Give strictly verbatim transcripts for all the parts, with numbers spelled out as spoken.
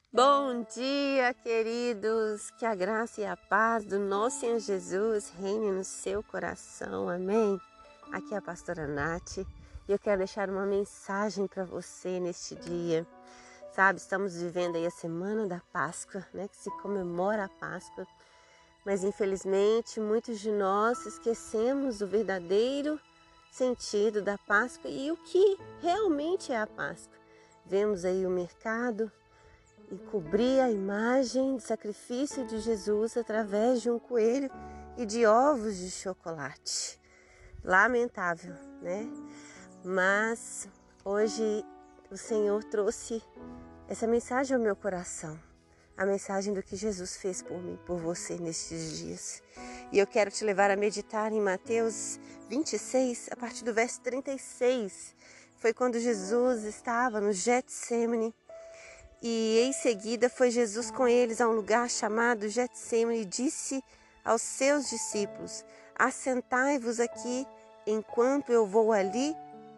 Bom dia, queridos! Que a graça e a paz do nosso Senhor Jesus reine no seu coração, amém? Aqui é a pastora Nath e eu quero deixar uma mensagem para você neste dia. Sabe, estamos vivendo aí a semana da Páscoa, né? Que se comemora a Páscoa, mas infelizmente muitos de nós esquecemos o verdadeiro sentido da Páscoa e o que realmente é a Páscoa. Vemos aí o mercado e cobrir a imagem de sacrifício de Jesus através de um coelho e de ovos de chocolate. Lamentável, né? Mas hoje o Senhor trouxe essa mensagem ao meu coração. A mensagem do que Jesus fez por mim, por você nestes dias. E eu quero te levar a meditar em Mateus vinte e seis, a partir do verso trinta e seis. Foi quando Jesus estava no Getsêmani. E em seguida foi Jesus com eles a um lugar chamado Getsêmani e disse aos seus discípulos: assentai-vos aqui enquanto eu vou ali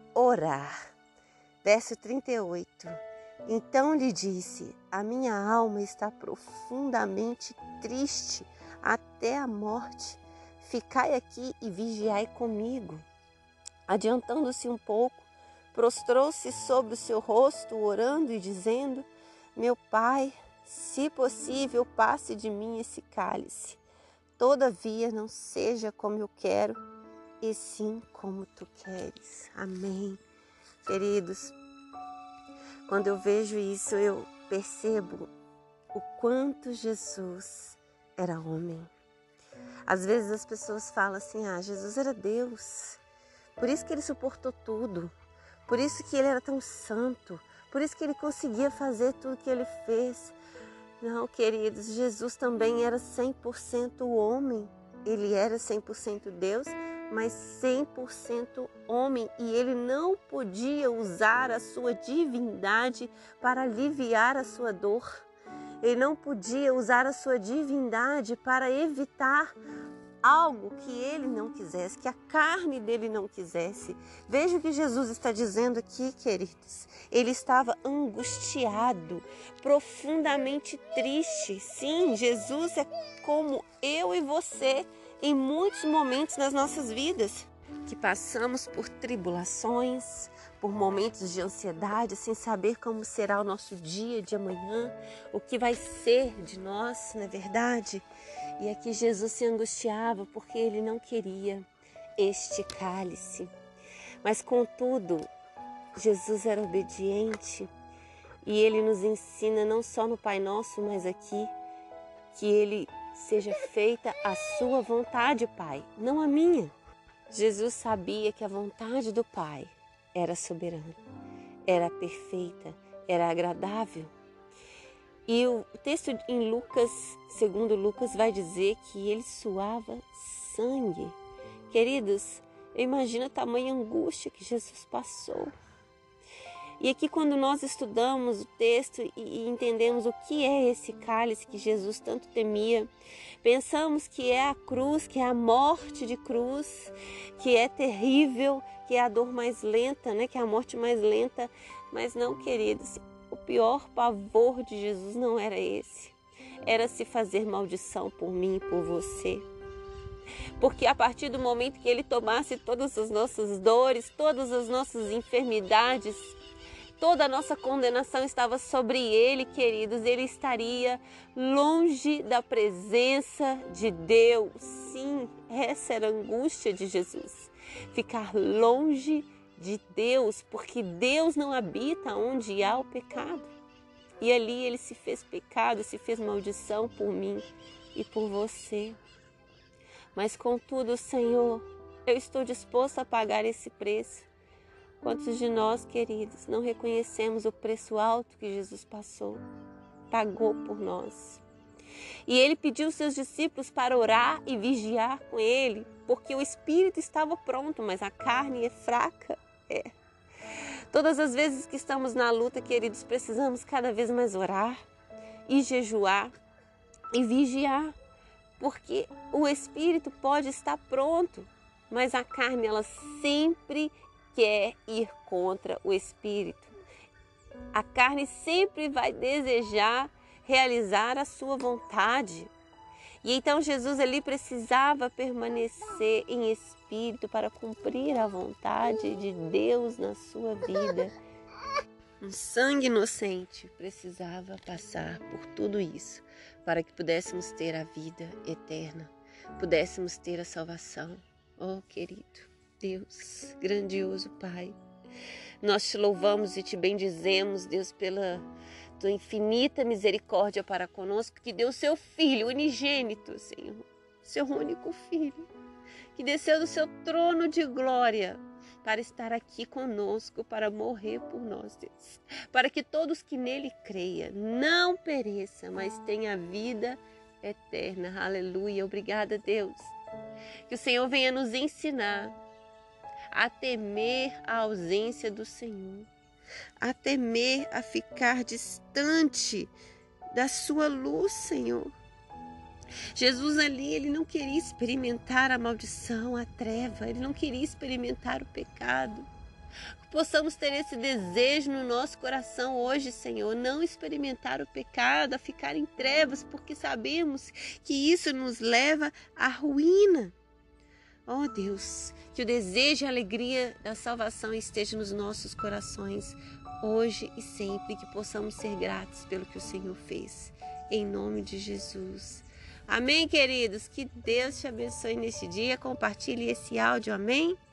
orar. Verso trinta e oito. Então lhe disse: a minha alma está profundamente triste até a morte. Ficai aqui e vigiai comigo. Adiantando-se um pouco, prostrou-se sobre o seu rosto, orando e dizendo: meu Pai, se possível, passe de mim esse cálice. Todavia, não seja como eu quero, e sim como tu queres. Amém. Queridos, quando eu vejo isso, eu percebo o quanto Jesus era homem. Às vezes as pessoas falam assim: ah, Jesus era Deus, por isso que ele suportou tudo, por isso que ele era tão santo, por isso que ele conseguia fazer tudo que ele fez. Não, queridos, Jesus também era cem por cento homem. Ele era cem por cento Deus, mas cem por cento homem. E ele não podia usar a sua divindade para aliviar a sua dor. Ele não podia usar a sua divindade para evitar algo que ele não quisesse, que a carne dele não quisesse. Veja o que Jesus está dizendo aqui, queridos. Ele estava angustiado, profundamente triste. Sim, Jesus é como eu e você em muitos momentos das nossas vidas, que passamos por tribulações, por momentos de ansiedade, sem saber como será o nosso dia de amanhã, o que vai ser de nós, não é verdade? E aqui Jesus se angustiava porque ele não queria este cálice. Mas contudo, Jesus era obediente e ele nos ensina não só no Pai Nosso, mas aqui, que ele seja feita a sua vontade, Pai, não a minha. Jesus sabia que a vontade do Pai era soberana, era perfeita, era agradável. E o texto em Lucas, segundo Lucas, vai dizer que ele suava sangue. Queridos, eu imagino a tamanha angústia que Jesus passou. E aqui quando nós estudamos o texto e entendemos o que é esse cálice que Jesus tanto temia, pensamos que é a cruz, que é a morte de cruz, que é terrível, que é a dor mais lenta, né? Que é a morte mais lenta. Mas não, queridos, o pior pavor de Jesus não era esse. Era se fazer maldição por mim e por você. Porque a partir do momento que ele tomasse todas as nossas dores, todas as nossas enfermidades, toda a nossa condenação estava sobre ele, queridos. Ele estaria longe da presença de Deus. Sim, essa era a angústia de Jesus. Ficar longe de Deus, porque Deus não habita onde há o pecado. E ali ele se fez pecado, se fez maldição por mim e por você. Mas contudo, Senhor, eu estou disposto a pagar esse preço. Quantos de nós, queridos, não reconhecemos o preço alto que Jesus passou, pagou por nós? E ele pediu aos seus discípulos para orar e vigiar com ele, porque o espírito estava pronto, mas a carne é fraca. É. Todas as vezes que estamos na luta, queridos, precisamos cada vez mais orar e jejuar e vigiar, porque o espírito pode estar pronto, mas a carne, ela sempre quer ir contra o espírito. A carne sempre vai desejar realizar a sua vontade. E então Jesus ali precisava permanecer em espírito para cumprir a vontade de Deus na sua vida. Um sangue inocente precisava passar por tudo isso para que pudéssemos ter a vida eterna, pudéssemos ter a salvação. Oh, querido Deus, grandioso Pai, nós te louvamos e te bendizemos, Deus, pela tua infinita misericórdia para conosco, que deu seu Filho unigênito, Senhor, seu único Filho, que desceu do seu trono de glória para estar aqui conosco, para morrer por nós, Deus, para que todos que nele creiam não pereçam, mas tenham vida eterna. Aleluia, obrigada, Deus. Que o Senhor venha nos ensinar a temer a ausência do Senhor, a temer a ficar distante da sua luz, Senhor. Jesus ali, ele não queria experimentar a maldição, a treva, ele não queria experimentar o pecado. Possamos ter esse desejo no nosso coração hoje, Senhor, não experimentar o pecado, a ficar em trevas, porque sabemos que isso nos leva à ruína. Oh Deus, que o desejo e a alegria da salvação esteja nos nossos corações, hoje e sempre, que possamos ser gratos pelo que o Senhor fez, em nome de Jesus. Amém, queridos? Que Deus te abençoe neste dia, compartilhe esse áudio, amém?